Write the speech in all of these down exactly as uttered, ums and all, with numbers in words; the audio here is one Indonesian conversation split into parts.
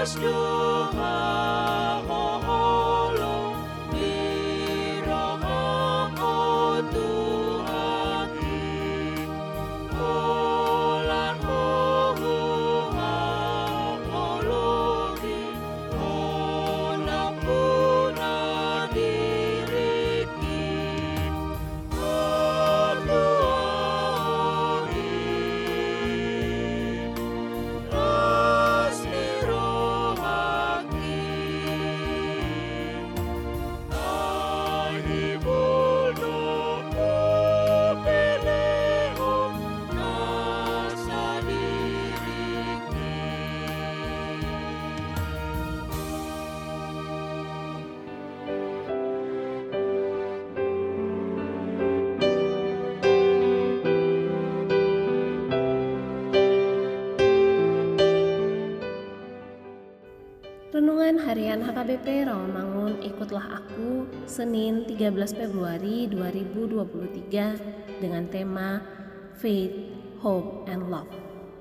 Renungan Harian H K B P Rawamangun, ikutlah aku, Senin tiga belas Februari dua ribu dua puluh tiga dengan tema Faith, Hope, and Love.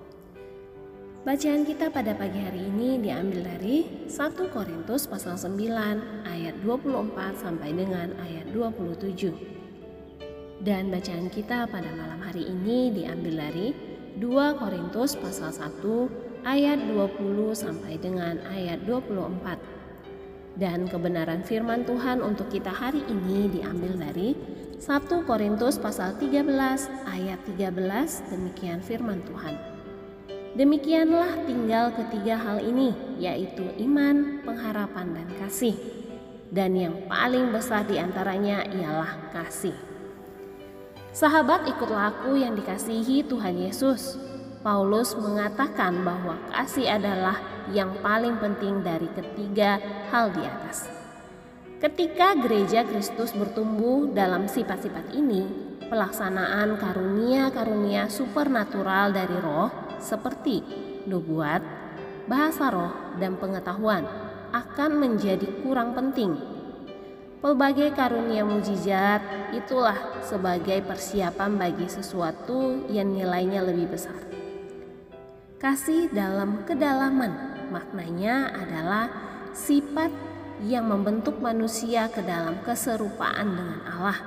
Bacaan kita pada pagi hari ini diambil dari satu Korintus pasal sembilan ayat dua puluh empat sampai dengan ayat dua puluh tujuh. Dan bacaan kita pada malam hari ini diambil dari dua Korintus pasal satu ayat dua puluh sampai dengan ayat dua puluh empat. Dan kebenaran firman Tuhan untuk kita hari ini diambil dari satu Korintus pasal tiga belas ayat tiga belas. Demikian firman Tuhan. Demikianlah tinggal ketiga hal ini, yaitu iman, pengharapan, dan kasih. Dan yang paling besar di antaranya ialah kasih. Sahabat, ikutlah aku yang dikasihi Tuhan Yesus. Paulus mengatakan bahwa kasih adalah yang paling penting dari ketiga hal di atas. Ketika gereja Kristus bertumbuh dalam sifat-sifat ini, pelaksanaan karunia-karunia supernatural dari Roh seperti nubuat, bahasa roh, dan pengetahuan akan menjadi kurang penting. Pelbagai karunia mujizat itulah sebagai persiapan bagi sesuatu yang nilainya lebih besar. Kasih dalam kedalaman maknanya adalah sifat yang membentuk manusia ke dalam keserupaan dengan Allah.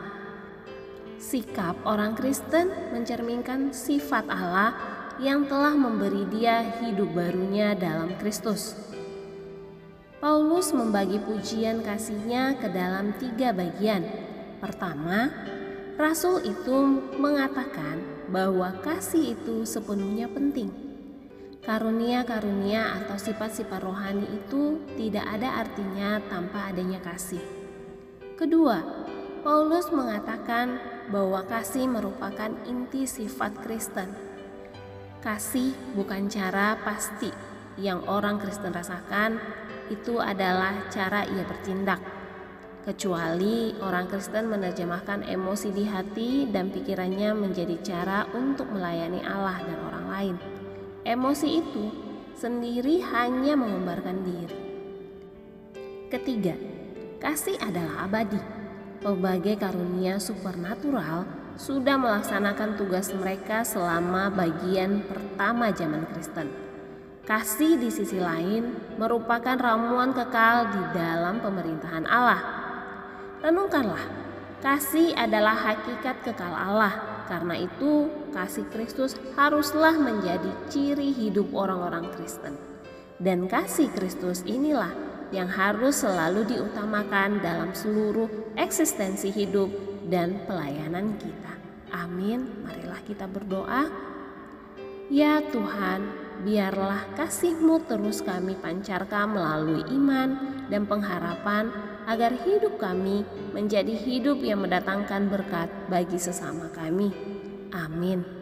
Sikap orang Kristen mencerminkan sifat Allah yang telah memberi dia hidup barunya dalam Kristus. Paulus membagi pujian kasihnya ke dalam tiga bagian. Pertama, Rasul itu mengatakan bahwa kasih itu sepenuhnya penting. Karunia-karunia atau sifat-sifat rohani itu tidak ada artinya tanpa adanya kasih. Kedua, Paulus mengatakan bahwa kasih merupakan inti sifat Kristen. Kasih bukan cara pasti yang orang Kristen rasakan, itu adalah cara ia bertindak. Kecuali orang Kristen menerjemahkan emosi di hati dan pikirannya menjadi cara untuk melayani Allah dan orang lain. Emosi itu sendiri hanya mengumbarkan diri. Ketiga, kasih adalah abadi. Pelbagai karunia supernatural sudah melaksanakan tugas mereka selama bagian pertama zaman Kristen. Kasih di sisi lain merupakan ramuan kekal di dalam pemerintahan Allah. Renungkanlah, kasih adalah hakikat kekal Allah. Karena itu, kasih Kristus haruslah menjadi ciri hidup orang-orang Kristen. Dan kasih Kristus inilah yang harus selalu diutamakan dalam seluruh eksistensi hidup dan pelayanan kita. Amin. Marilah kita berdoa. Ya Tuhan, biarlah kasih-Mu terus kami pancarkan melalui iman dan pengharapan agar hidup kami menjadi hidup yang mendatangkan berkat bagi sesama kami. Amin.